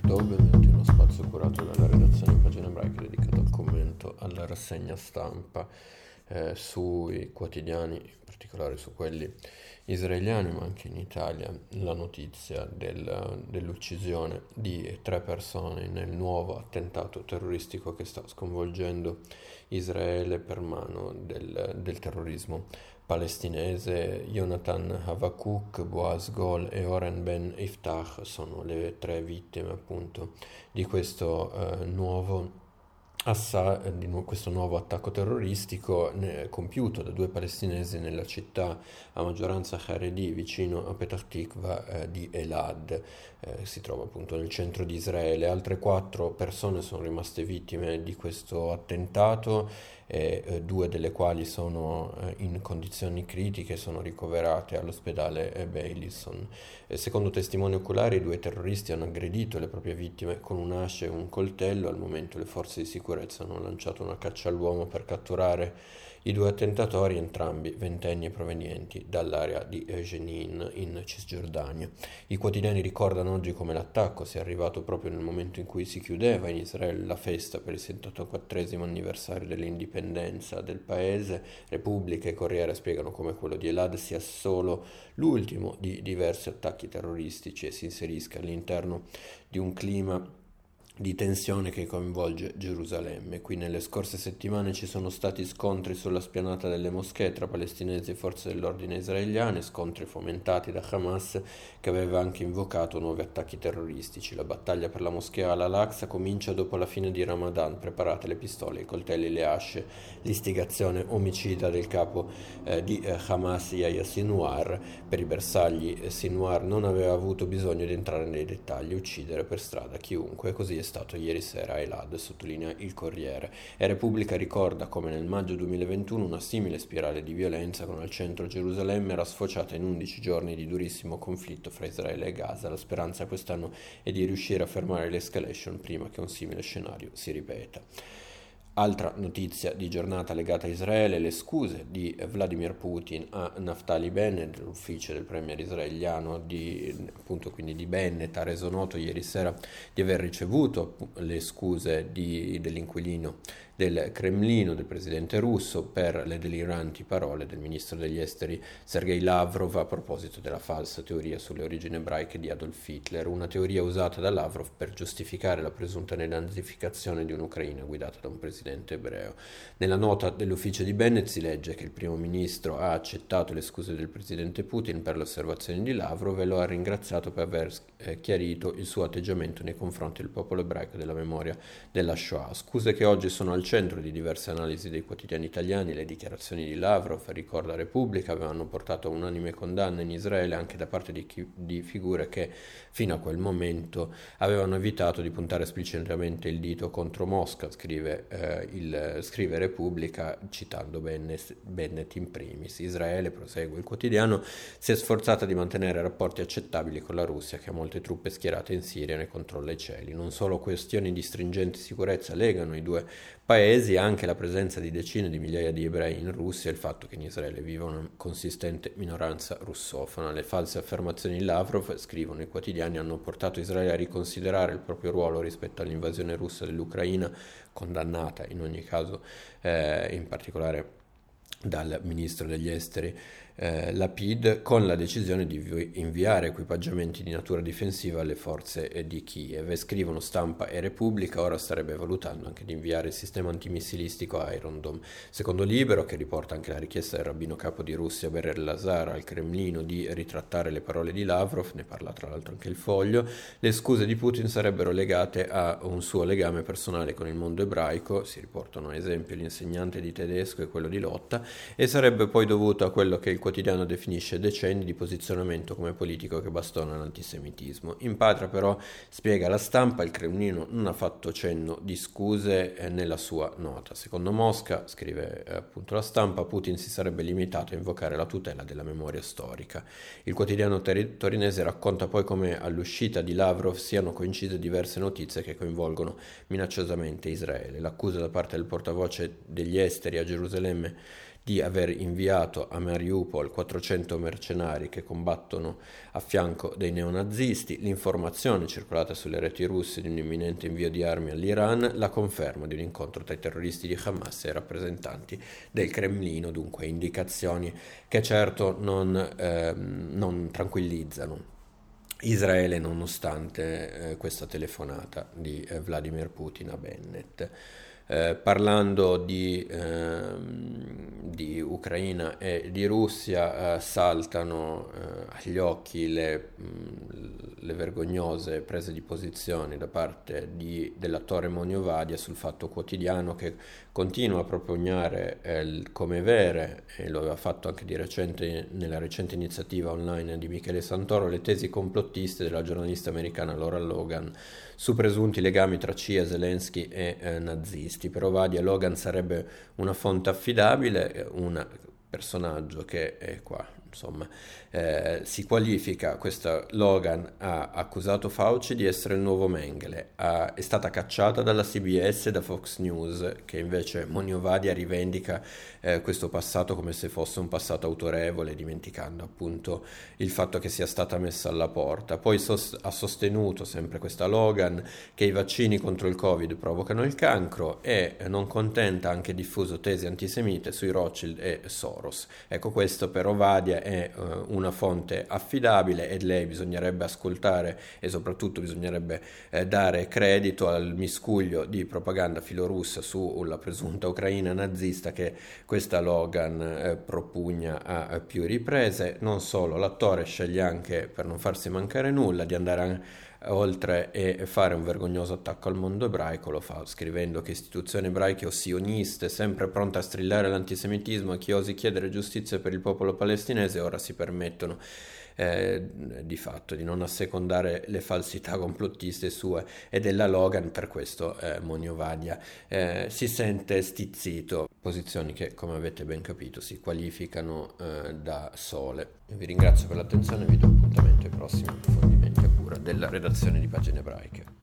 Buongiorno, benvenuti in uno spazio curato dalla redazione di Pagine Ebraiche dedicato al commento alla rassegna stampa sui quotidiani, in particolare su quelli israeliani, ma anche in Italia, la notizia dell'uccisione di 3 persone nel nuovo attentato terroristico che sta sconvolgendo Israele per mano del terrorismo palestinese. Jonathan Havakuk, Boaz Gol e Oren Ben Iftach sono le 3 vittime appunto di questo questo nuovo attacco terroristico compiuto da 2 palestinesi nella città a maggioranza Haredi vicino a Petah Tikva di Elad. Si trova appunto nel centro di Israele. Altre 4 persone sono rimaste vittime di questo attentato e 2 delle quali sono in condizioni critiche, sono ricoverate all'ospedale Beilinson. Secondo testimoni oculari, i 2 terroristi hanno aggredito le proprie vittime con un'ascia e un coltello. Al momento le forze di sicurezza hanno lanciato una caccia all'uomo per catturare i 2 attentatori, entrambi ventenni e provenienti dall'area di Jenin in Cisgiordania. I quotidiani ricordano oggi come l'attacco sia arrivato proprio nel momento in cui si chiudeva in Israele la festa per il 74° anniversario dell'indipendenza del paese. Repubblica e Corriere spiegano come quello di Elad sia solo l'ultimo di diversi attacchi terroristici e si inserisca all'interno di un clima di tensione che coinvolge Gerusalemme. Qui nelle scorse settimane ci sono stati scontri sulla spianata delle moschee tra palestinesi e forze dell'ordine israeliane, scontri fomentati da Hamas che aveva anche invocato nuovi attacchi terroristici. La battaglia per la moschea al-Aqsa comincia dopo la fine di Ramadan. Preparate le pistole, i coltelli, le asce, l'istigazione omicida del capo di Hamas Yahya Sinwar. Per i bersagli Sinwar non aveva avuto bisogno di entrare nei dettagli, uccidere per strada chiunque, così è stato ieri sera a Elad, sottolinea il Corriere. E Repubblica ricorda come nel maggio 2021 una simile spirale di violenza con al centro Gerusalemme era sfociata in 11 giorni di durissimo conflitto fra Israele e Gaza. La speranza quest'anno è di riuscire a fermare l'escalation prima che un simile scenario si ripeta. Altra notizia di giornata legata a Israele: le scuse di Vladimir Putin a Naftali Bennett, l'ufficio del premier israeliano quindi di Bennett, ha reso noto ieri sera di aver ricevuto le scuse dell'inquilino del Cremlino, del presidente russo, per le deliranti parole del ministro degli esteri Sergei Lavrov a proposito della falsa teoria sulle origini ebraiche di Adolf Hitler, una teoria usata da Lavrov per giustificare la presunta denazificazione di un'Ucraina guidata da un presidente ebreo. Nella nota dell'ufficio di Bennett si legge che il primo ministro ha accettato le scuse del presidente Putin per le osservazioni di Lavrov e lo ha ringraziato per aver chiarito il suo atteggiamento nei confronti del popolo ebraico della memoria della Shoah. Scuse che oggi sono al centro di diverse analisi dei quotidiani italiani. Le dichiarazioni di Lavrov, ricorda Repubblica, avevano portato a unanime condanna in Israele anche da parte di figure che fino a quel momento avevano evitato di puntare esplicitamente il dito contro Mosca, scrive Repubblica citando Bennett in primis. Israele, prosegue il quotidiano, si è sforzata di mantenere rapporti accettabili con la Russia, che ha molte truppe schierate in Siria e ne controlla i cieli. Non solo questioni di stringente sicurezza legano i 2 paesi, anche la presenza di decine di migliaia di ebrei in Russia e il fatto che in Israele viva una consistente minoranza russofona. Le false affermazioni di Lavrov, scrivono i quotidiani, hanno portato Israele a riconsiderare il proprio ruolo rispetto all'invasione russa dell'Ucraina, condannata in ogni caso in particolare dal ministro degli esteri Lapid, con la decisione di inviare equipaggiamenti di natura difensiva alle forze di Kiev. E scrivono Stampa e Repubblica, ora starebbe valutando anche di inviare il sistema antimissilistico Iron Dome. Secondo Libero, che riporta anche la richiesta del rabbino capo di Russia Berer Lazar al Cremlino di ritrattare le parole di Lavrov, ne parla tra l'altro anche il Foglio, le scuse di Putin sarebbero legate a un suo legame personale con il mondo ebraico, si riportano ad esempio l'insegnante di tedesco e quello di lotta, e sarebbe poi dovuto a quello che il quotidiano definisce decenni di posizionamento come politico che bastona l'antisemitismo. In patria però, spiega la Stampa, il Cremlino non ha fatto cenno di scuse nella sua nota. Secondo Mosca, scrive appunto la Stampa, Putin si sarebbe limitato a invocare la tutela della memoria storica. Il quotidiano torinese racconta poi come all'uscita di Lavrov siano coincise diverse notizie che coinvolgono minacciosamente Israele. L'accusa da parte del portavoce degli esteri a Gerusalemme di aver inviato a Mariupol 400 mercenari che combattono a fianco dei neonazisti, l'informazione circolata sulle reti russe di un imminente invio di armi all'Iran, la conferma di un incontro tra i terroristi di Hamas e i rappresentanti del Cremlino, dunque indicazioni che certo non tranquillizzano Israele nonostante questa telefonata di Vladimir Putin a Bennett. Parlando di Ucraina e di Russia, saltano agli occhi le vergognose prese di posizione da parte dell'attore Monio Vadia sul Fatto Quotidiano, che continua a propugnare come vere, e lo aveva fatto anche di recente nella recente iniziativa online di Michele Santoro, le tesi complottiste della giornalista americana Laura Logan su presunti legami tra CIA, Zelensky e nazisti. Per Ovadia Logan sarebbe una fonte affidabile, un personaggio che è qua, insomma, si qualifica. Questa Logan ha accusato Fauci di essere il nuovo Mengele, è stata cacciata dalla CBS e da Fox News, che invece Monio Vadia rivendica questo passato come se fosse un passato autorevole, dimenticando appunto il fatto che sia stata messa alla porta. Poi ha sostenuto sempre questa Logan che i vaccini contro il Covid provocano il cancro, e non contenta ha anche diffuso tesi antisemite sui Rothschild e Soros. Ecco, questo per Ovadia è una fonte affidabile, e lei bisognerebbe ascoltare, e soprattutto bisognerebbe dare credito al miscuglio di propaganda filorussa sulla presunta Ucraina nazista che questa Logan propugna a più riprese. Non solo, l'attore sceglie anche, per non farsi mancare nulla, di andare oltre e fare un vergognoso attacco al mondo ebraico. Lo fa scrivendo che istituzioni ebraiche o sioniste, sempre pronte a strillare l'antisemitismo e chi osi chiedere giustizia per il popolo palestinese, ora si permettono di fatto di non assecondare le falsità complottiste sue e della Logan. Per questo Monio Vadia si sente stizzito, posizioni che, come avete ben capito, si qualificano da sole. Vi ringrazio per l'attenzione e vi do appuntamento ai prossimi approfondimenti a cura della redazione di Pagine Ebraiche.